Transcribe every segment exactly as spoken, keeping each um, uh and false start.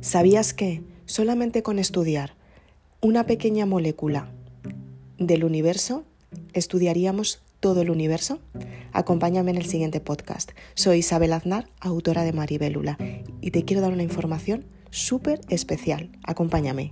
¿Sabías que solamente con estudiar una pequeña molécula del universo estudiaríamos todo el universo? Acompáñame en el siguiente podcast. Soy Isabel Aznar, autora de Maribélula, y te quiero dar una información súper especial. Acompáñame.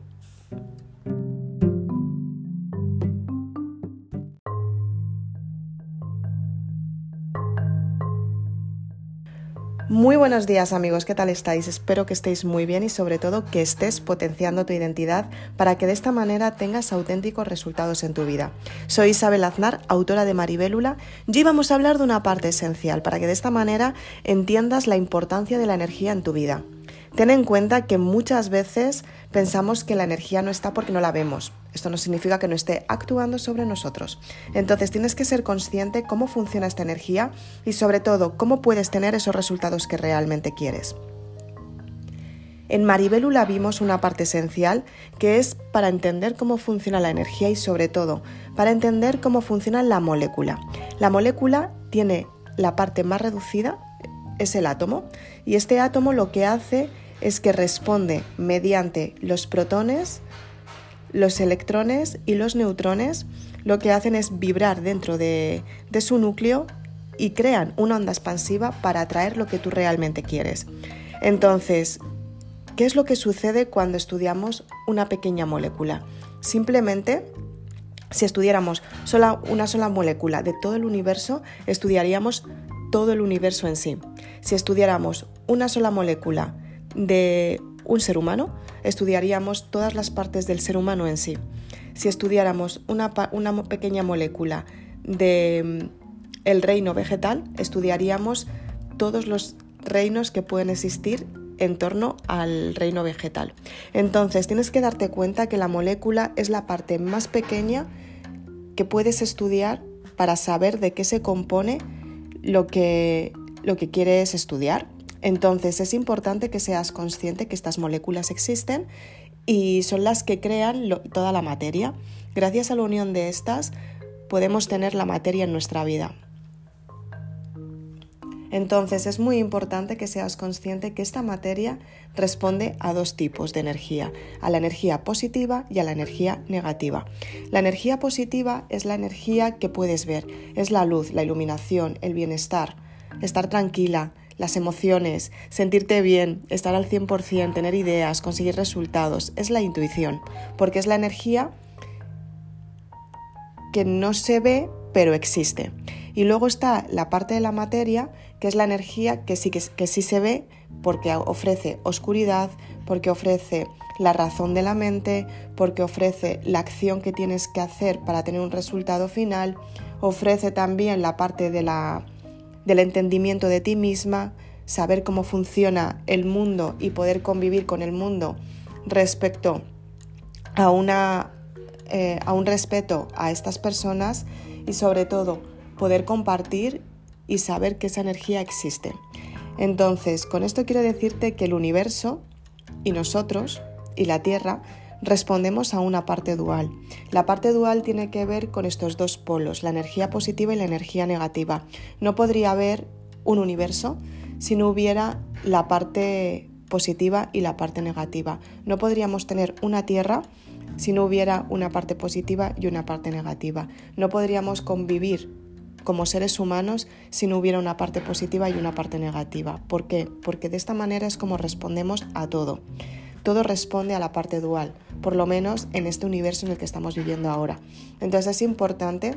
Muy buenos días, amigos, ¿qué tal estáis? Espero que estéis muy bien y sobre todo que estés potenciando tu identidad para que de esta manera tengas auténticos resultados en tu vida. Soy Isabel Aznar, autora de Maribélula, y hoy vamos a hablar de una parte esencial para que de esta manera entiendas la importancia de la energía en tu vida. Ten en cuenta que muchas veces pensamos que la energía no está porque no la vemos. Esto no significa que no esté actuando sobre nosotros. Entonces tienes que ser consciente cómo funciona esta energía y sobre todo cómo puedes tener esos resultados que realmente quieres. En Maribélula vimos una parte esencial que es para entender cómo funciona la energía y sobre todo para entender cómo funciona la molécula. La molécula tiene la parte más reducida, es el átomo, y este átomo lo que hace es que responde mediante los protones, los electrones y los neutrones. Lo que hacen es vibrar dentro de, de su núcleo y crean una onda expansiva para atraer lo que tú realmente quieres. Entonces, ¿qué es lo que sucede cuando estudiamos una pequeña molécula? Simplemente, si estudiáramos sola, una sola molécula de todo el universo, estudiaríamos todo el universo en sí. Si estudiáramos una sola molécula de un ser humano, estudiaríamos todas las partes del ser humano en sí. Si estudiáramos una, una pequeña molécula del reino vegetal, estudiaríamos todos los reinos que pueden existir en torno al reino vegetal. Entonces, tienes que darte cuenta que la molécula es la parte más pequeña que puedes estudiar para saber de qué se compone lo que, lo que quieres estudiar. Entonces es importante que seas consciente que estas moléculas existen y son las que crean lo, toda la materia. Gracias a la unión de estas podemos tener la materia en nuestra vida. Entonces es muy importante que seas consciente que esta materia responde a dos tipos de energía, a la energía positiva y a la energía negativa. La energía positiva es la energía que puedes ver, es la luz, la iluminación, el bienestar, estar tranquila, las emociones, sentirte bien, estar al cien por ciento, tener ideas, conseguir resultados. Es la intuición, porque es la energía que no se ve, pero existe. Y luego está la parte de la materia, que es la energía que sí, que, que sí se ve, porque ofrece oscuridad, porque ofrece la razón de la mente, porque ofrece la acción que tienes que hacer para tener un resultado final, ofrece también la parte de la del entendimiento de ti misma, saber cómo funciona el mundo y poder convivir con el mundo respecto a, una, eh, a un respeto a estas personas y sobre todo poder compartir y saber que esa energía existe. Entonces, con esto quiero decirte que el universo y nosotros y la Tierra respondemos a una parte dual. La parte dual tiene que ver con estos dos polos, la energía positiva y la energía negativa. No podría haber un universo si no hubiera la parte positiva y la parte negativa. No podríamos tener una Tierra si no hubiera una parte positiva y una parte negativa. No podríamos convivir como seres humanos si no hubiera una parte positiva y una parte negativa. ¿Por qué? Porque de esta manera es como respondemos a todo. Todo responde a la parte dual, por lo menos en este universo en el que estamos viviendo ahora. Entonces es importante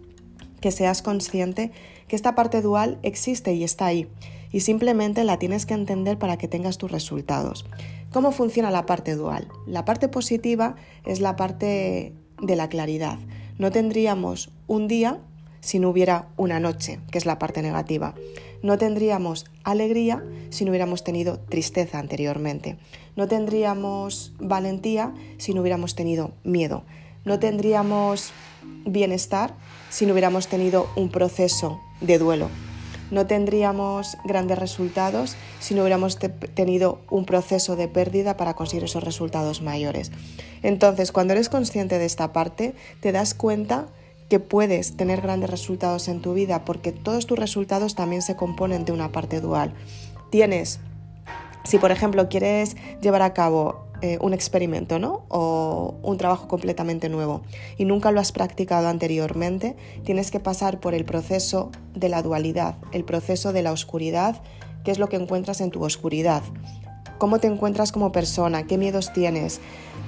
que seas consciente que esta parte dual existe y está ahí, y simplemente la tienes que entender para que tengas tus resultados. ¿Cómo funciona la parte dual? La parte positiva es la parte de la claridad. No tendríamos un día si no hubiera una noche, que es la parte negativa. No tendríamos alegría si no hubiéramos tenido tristeza anteriormente. No tendríamos valentía si no hubiéramos tenido miedo. No tendríamos bienestar si no hubiéramos tenido un proceso de duelo. No tendríamos grandes resultados si no hubiéramos te- tenido un proceso de pérdida para conseguir esos resultados mayores. Entonces, cuando eres consciente de esta parte, te das cuenta que puedes tener grandes resultados en tu vida porque todos tus resultados también se componen de una parte dual. Tienes Si, por ejemplo, quieres llevar a cabo eh, un experimento, ¿no? O un trabajo completamente nuevo y nunca lo has practicado anteriormente, tienes que pasar por el proceso de la dualidad, el proceso de la oscuridad, qué es lo que encuentras en tu oscuridad, cómo te encuentras como persona, qué miedos tienes,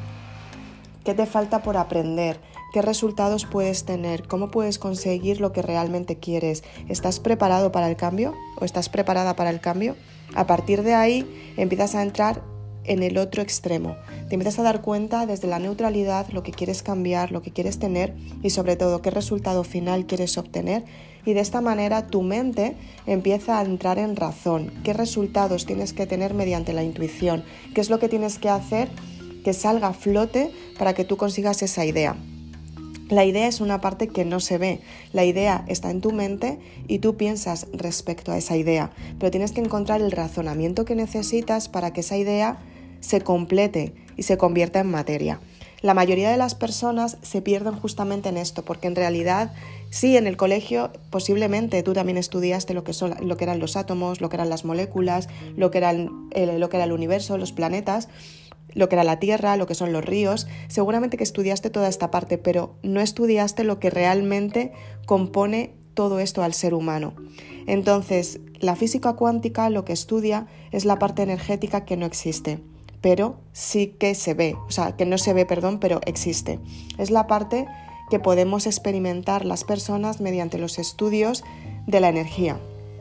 qué te falta por aprender, qué resultados puedes tener, cómo puedes conseguir lo que realmente quieres. ¿Estás preparado para el cambio o estás preparada para el cambio? A partir de ahí empiezas a entrar en el otro extremo. Te empiezas a dar cuenta desde la neutralidad lo que quieres cambiar, lo que quieres tener y sobre todo qué resultado final quieres obtener. Y de esta manera tu mente empieza a entrar en razón. ¿Qué resultados tienes que tener mediante la intuición? ¿Qué es lo que tienes que hacer que salga a flote para que tú consigas esa idea? La idea es una parte que no se ve, la idea está en tu mente y tú piensas respecto a esa idea, pero tienes que encontrar el razonamiento que necesitas para que esa idea se complete y se convierta en materia. La mayoría de las personas se pierden justamente en esto, porque en realidad sí, en el colegio posiblemente tú también estudiaste lo que, son, lo que eran los átomos, lo que eran las moléculas, lo que, eran, el, lo que era el universo, los planetas, lo que era la Tierra, lo que son los ríos. Seguramente que estudiaste toda esta parte, pero no estudiaste lo que realmente compone todo esto al ser humano. Entonces, la física cuántica lo que estudia es la parte energética que no existe, pero sí que se ve, o sea, que no se ve, perdón, pero existe. Es la parte que podemos experimentar las personas mediante los estudios de la energía.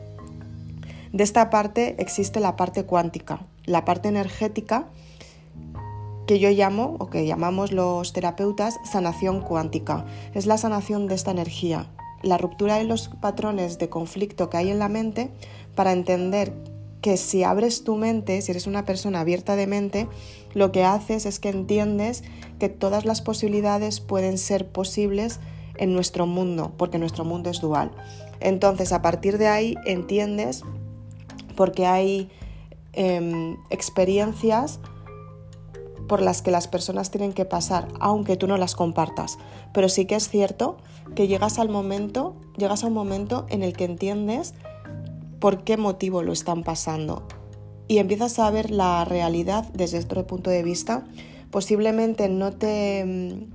De esta parte existe la parte cuántica, la parte energética, que yo llamo, o que llamamos los terapeutas, sanación cuántica. Es la sanación de esta energía, la ruptura de los patrones de conflicto que hay en la mente para entender que si abres tu mente, si eres una persona abierta de mente, lo que haces es que entiendes que todas las posibilidades pueden ser posibles en nuestro mundo, porque nuestro mundo es dual. Entonces, a partir de ahí entiendes por qué hay eh, experiencias por las que las personas tienen que pasar, aunque tú no las compartas. Pero sí que es cierto que llegas al momento, llegas a un momento en el que entiendes por qué motivo lo están pasando y empiezas a ver la realidad desde otro punto de vista. Posiblemente no te,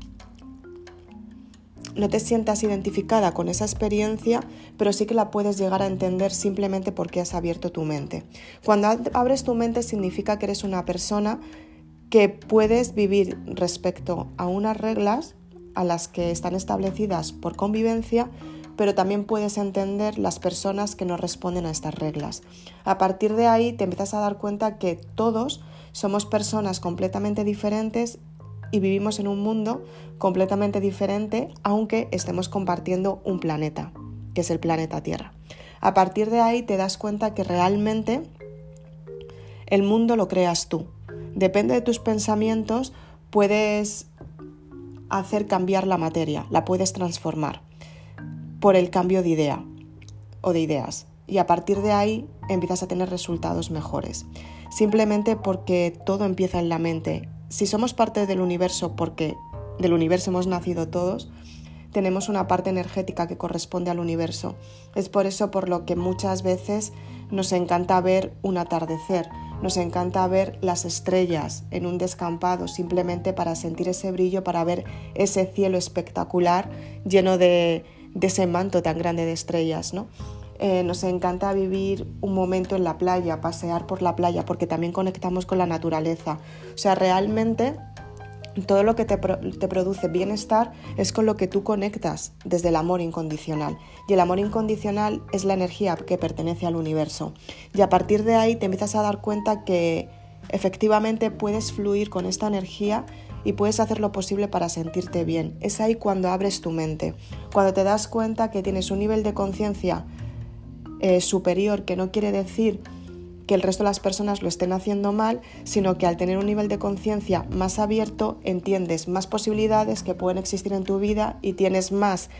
no te sientas identificada con esa experiencia, pero sí que la puedes llegar a entender simplemente porque has abierto tu mente. Cuando abres tu mente significa que eres una persona que puedes vivir respecto a unas reglas a las que están establecidas por convivencia, pero también puedes entender las personas que no responden a estas reglas. A partir de ahí te empiezas a dar cuenta que todos somos personas completamente diferentes y vivimos en un mundo completamente diferente, aunque estemos compartiendo un planeta, que es el planeta Tierra. A partir de ahí te das cuenta que realmente el mundo lo creas tú. Depende de tus pensamientos, puedes hacer cambiar la materia, la puedes transformar por el cambio de idea o de ideas. Y a partir de ahí empiezas a tener resultados mejores. Simplemente porque todo empieza en la mente. Si somos parte del universo, porque del universo hemos nacido todos, tenemos una parte energética que corresponde al universo. Es por eso por lo que muchas veces nos encanta ver un atardecer, nos encanta ver las estrellas en un descampado, simplemente para sentir ese brillo, para ver ese cielo espectacular lleno de, de ese manto tan grande de estrellas, ¿no? Eh, nos encanta vivir un momento en la playa, pasear por la playa, porque también conectamos con la naturaleza. O sea, realmente todo lo que te, pro- te produce bienestar es con lo que tú conectas desde el amor incondicional. Y el amor incondicional es la energía que pertenece al universo. Y a partir de ahí te empiezas a dar cuenta que efectivamente puedes fluir con esta energía y puedes hacer lo posible para sentirte bien. Es ahí cuando abres tu mente, cuando te das cuenta que tienes un nivel de conciencia eh, superior, que no quiere decir que el resto de las personas lo estén haciendo mal, sino que al tener un nivel de conciencia más abierto entiendes más posibilidades que pueden existir en tu vida y tienes más,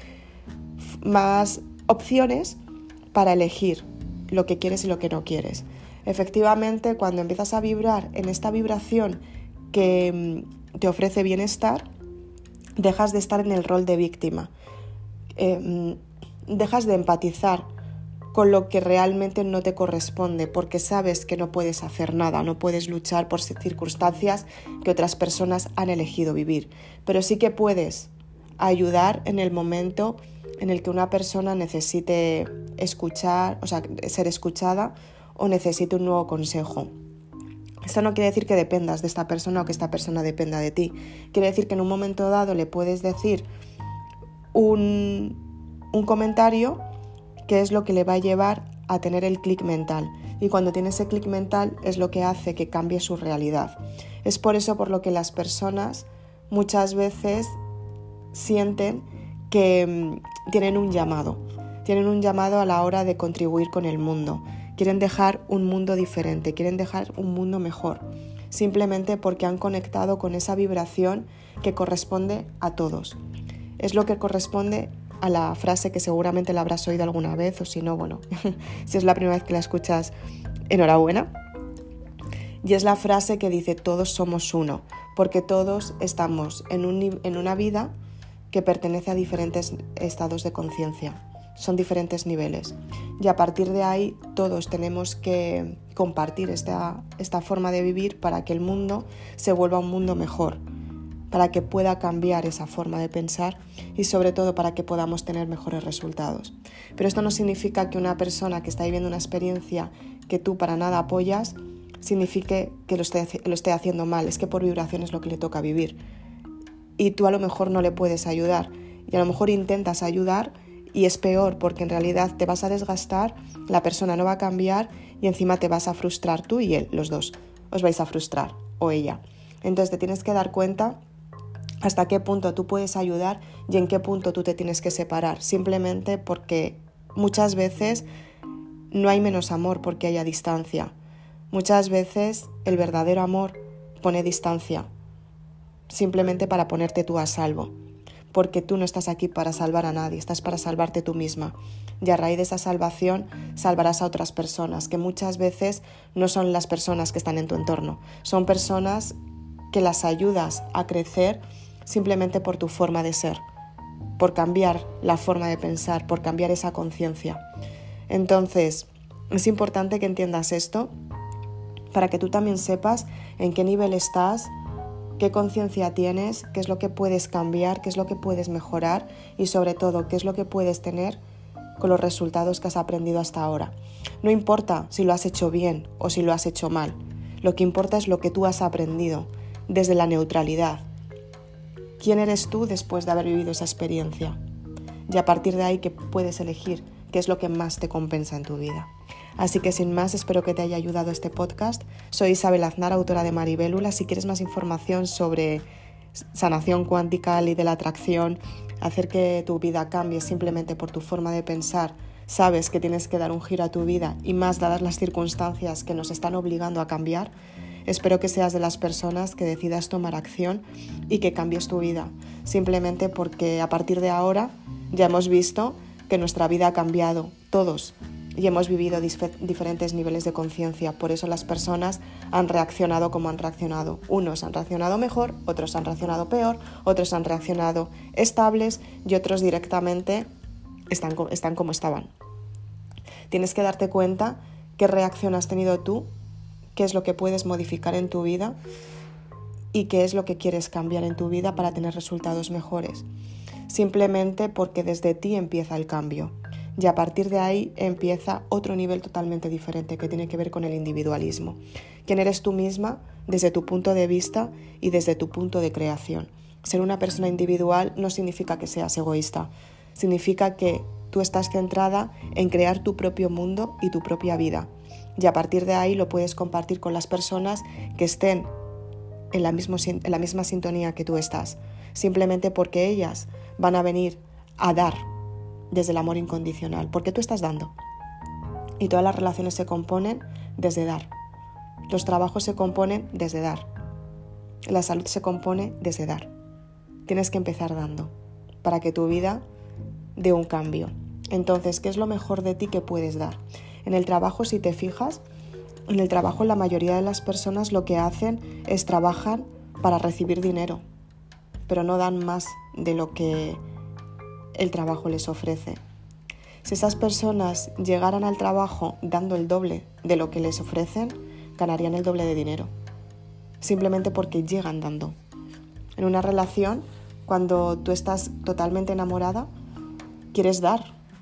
más opciones para elegir lo que quieres y lo que no quieres. Efectivamente, cuando empiezas a vibrar en esta vibración que te ofrece bienestar, dejas de estar en el rol de víctima, eh, dejas de empatizar con lo que realmente no te corresponde, porque sabes que no puedes hacer nada, no puedes luchar por circunstancias que otras personas han elegido vivir, pero sí que puedes ayudar en el momento en el que una persona necesite escuchar, o sea, ser escuchada o necesite un nuevo consejo. Esto no quiere decir que dependas de esta persona o que esta persona dependa de ti. Quiere decir que en un momento dado le puedes decir un, un comentario que es lo que le va a llevar a tener el clic mental. Y cuando tiene ese clic mental es lo que hace que cambie su realidad. Es por eso por lo que las personas muchas veces sienten que mmm, tienen un llamado. Tienen un llamado a la hora de contribuir con el mundo. Quieren dejar un mundo diferente, quieren dejar un mundo mejor. Simplemente porque han conectado con esa vibración que corresponde a todos. Es lo que corresponde a la frase que seguramente la habrás oído alguna vez, o si no, bueno, si es la primera vez que la escuchas, enhorabuena. Y es la frase que dice: todos somos uno, porque todos estamos en, un, en una vida que pertenece a diferentes estados de conciencia, son diferentes niveles. Y a partir de ahí todos tenemos que compartir esta, esta forma de vivir para que el mundo se vuelva un mundo mejor, para que pueda cambiar esa forma de pensar y sobre todo para que podamos tener mejores resultados. Pero esto no significa que una persona que está viviendo una experiencia que tú para nada apoyas signifique que lo esté, lo esté haciendo mal. Es que por vibración es lo que le toca vivir y tú a lo mejor no le puedes ayudar y a lo mejor intentas ayudar y es peor, porque en realidad te vas a desgastar, la persona no va a cambiar y encima te vas a frustrar tú y él, los dos os vais a frustrar, o ella. Entonces te tienes que dar cuenta hasta qué punto tú puedes ayudar y en qué punto tú te tienes que separar, simplemente porque muchas veces no hay menos amor porque haya distancia. Muchas veces el verdadero amor pone distancia, simplemente para ponerte tú a salvo, porque tú no estás aquí para salvar a nadie, estás para salvarte tú misma. Y a raíz de esa salvación salvarás a otras personas, que muchas veces no son las personas que están en tu entorno, son personas que las ayudas a crecer simplemente por tu forma de ser, por cambiar la forma de pensar, por cambiar esa conciencia. Entonces, es importante que entiendas esto para que tú también sepas en qué nivel estás, qué conciencia tienes, qué es lo que puedes cambiar, qué es lo que puedes mejorar y sobre todo qué es lo que puedes tener con los resultados que has aprendido hasta ahora. No importa si lo has hecho bien o si lo has hecho mal, lo que importa es lo que tú has aprendido desde la neutralidad. ¿Quién eres tú después de haber vivido esa experiencia? Y a partir de ahí que puedes elegir qué es lo que más te compensa en tu vida. Así que sin más, espero que te haya ayudado este podcast. Soy Isabel Aznar, autora de Maribélula. Si quieres más información sobre sanación cuántica, ley de la atracción, hacer que tu vida cambie simplemente por tu forma de pensar, sabes que tienes que dar un giro a tu vida y más dadas las circunstancias que nos están obligando a cambiar, espero que seas de las personas que decidas tomar acción y que cambies tu vida. Simplemente porque a partir de ahora ya hemos visto que nuestra vida ha cambiado, todos. Y hemos vivido dif- diferentes niveles de conciencia. Por eso las personas han reaccionado como han reaccionado. Unos han reaccionado mejor, otros han reaccionado peor, otros han reaccionado estables y otros directamente están, co- están como estaban. Tienes que darte cuenta qué reacción has tenido tú, qué es lo que puedes modificar en tu vida y qué es lo que quieres cambiar en tu vida para tener resultados mejores. Simplemente porque desde ti empieza el cambio. Y a partir de ahí empieza otro nivel totalmente diferente que tiene que ver con el individualismo. ¿Quién eres tú misma desde tu punto de vista y desde tu punto de creación? Ser una persona individual no significa que seas egoísta. Significa que tú estás centrada en crear tu propio mundo y tu propia vida. Y a partir de ahí lo puedes compartir con las personas que estén en la, mismo, en la misma sintonía que tú estás. Simplemente porque ellas van a venir a dar desde el amor incondicional, porque tú estás dando. Y todas las relaciones se componen desde dar. Los trabajos se componen desde dar. La salud se compone desde dar. Tienes que empezar dando para que tu vida dé un cambio. Entonces, ¿qué es lo mejor de ti que puedes dar? En el trabajo, si te fijas, en el trabajo la mayoría de las personas lo que hacen es trabajar para recibir dinero, pero no dan más de lo que el trabajo les ofrece. Si esas personas llegaran al trabajo dando el doble de lo que les ofrecen, ganarían el doble de dinero. Simplemente porque llegan dando. En una relación, cuando tú estás totalmente enamorada, quieres dar.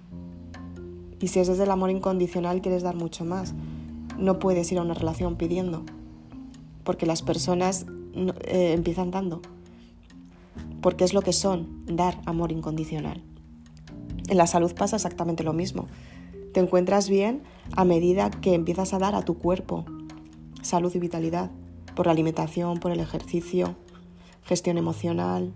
Y si es desde el amor incondicional, quieres dar mucho más. No puedes ir a una relación pidiendo, porque las personas eh, empiezan dando. Porque es lo que son, dar amor incondicional. En la salud pasa exactamente lo mismo. Te encuentras bien a medida que empiezas a dar a tu cuerpo salud y vitalidad, por la alimentación, por el ejercicio, gestión emocional,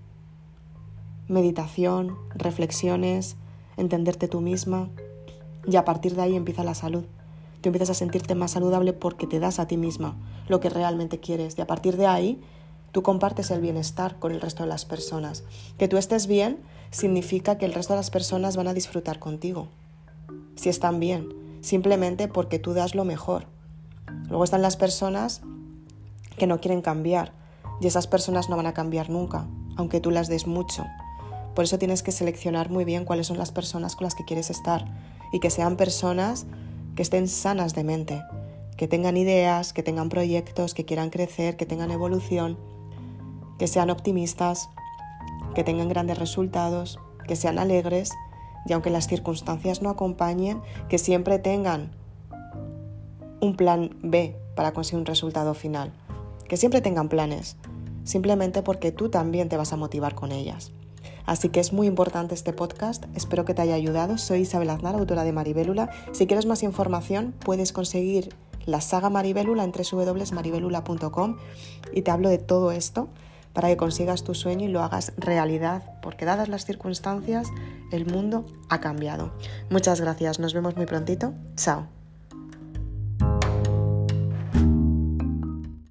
meditación, reflexiones, entenderte tú misma, y a partir de ahí empieza la salud. Tú empiezas a sentirte más saludable porque te das a ti misma lo que realmente quieres, y a partir de ahí tú compartes el bienestar con el resto de las personas. Que tú estés bien significa que el resto de las personas van a disfrutar contigo, si están bien, simplemente porque tú das lo mejor. Luego están las personas que no quieren cambiar, y esas personas no van a cambiar nunca, aunque tú las des mucho. Por eso tienes que seleccionar muy bien cuáles son las personas con las que quieres estar, y que sean personas que estén sanas de mente, que tengan ideas, que tengan proyectos, que quieran crecer, que tengan evolución, que sean optimistas, que tengan grandes resultados, que sean alegres, y aunque las circunstancias no acompañen, que siempre tengan un plan B para conseguir un resultado final. Que siempre tengan planes, simplemente porque tú también te vas a motivar con ellas. Así que es muy importante este podcast, espero que te haya ayudado. Soy Isabel Aznar, autora de Maribélula. Si quieres más información, puedes conseguir la saga Maribélula en doble u doble u doble u punto maribélula punto com y te hablo de todo esto para que consigas tu sueño y lo hagas realidad, porque dadas las circunstancias, el mundo ha cambiado. Muchas gracias, nos vemos muy prontito. Chao.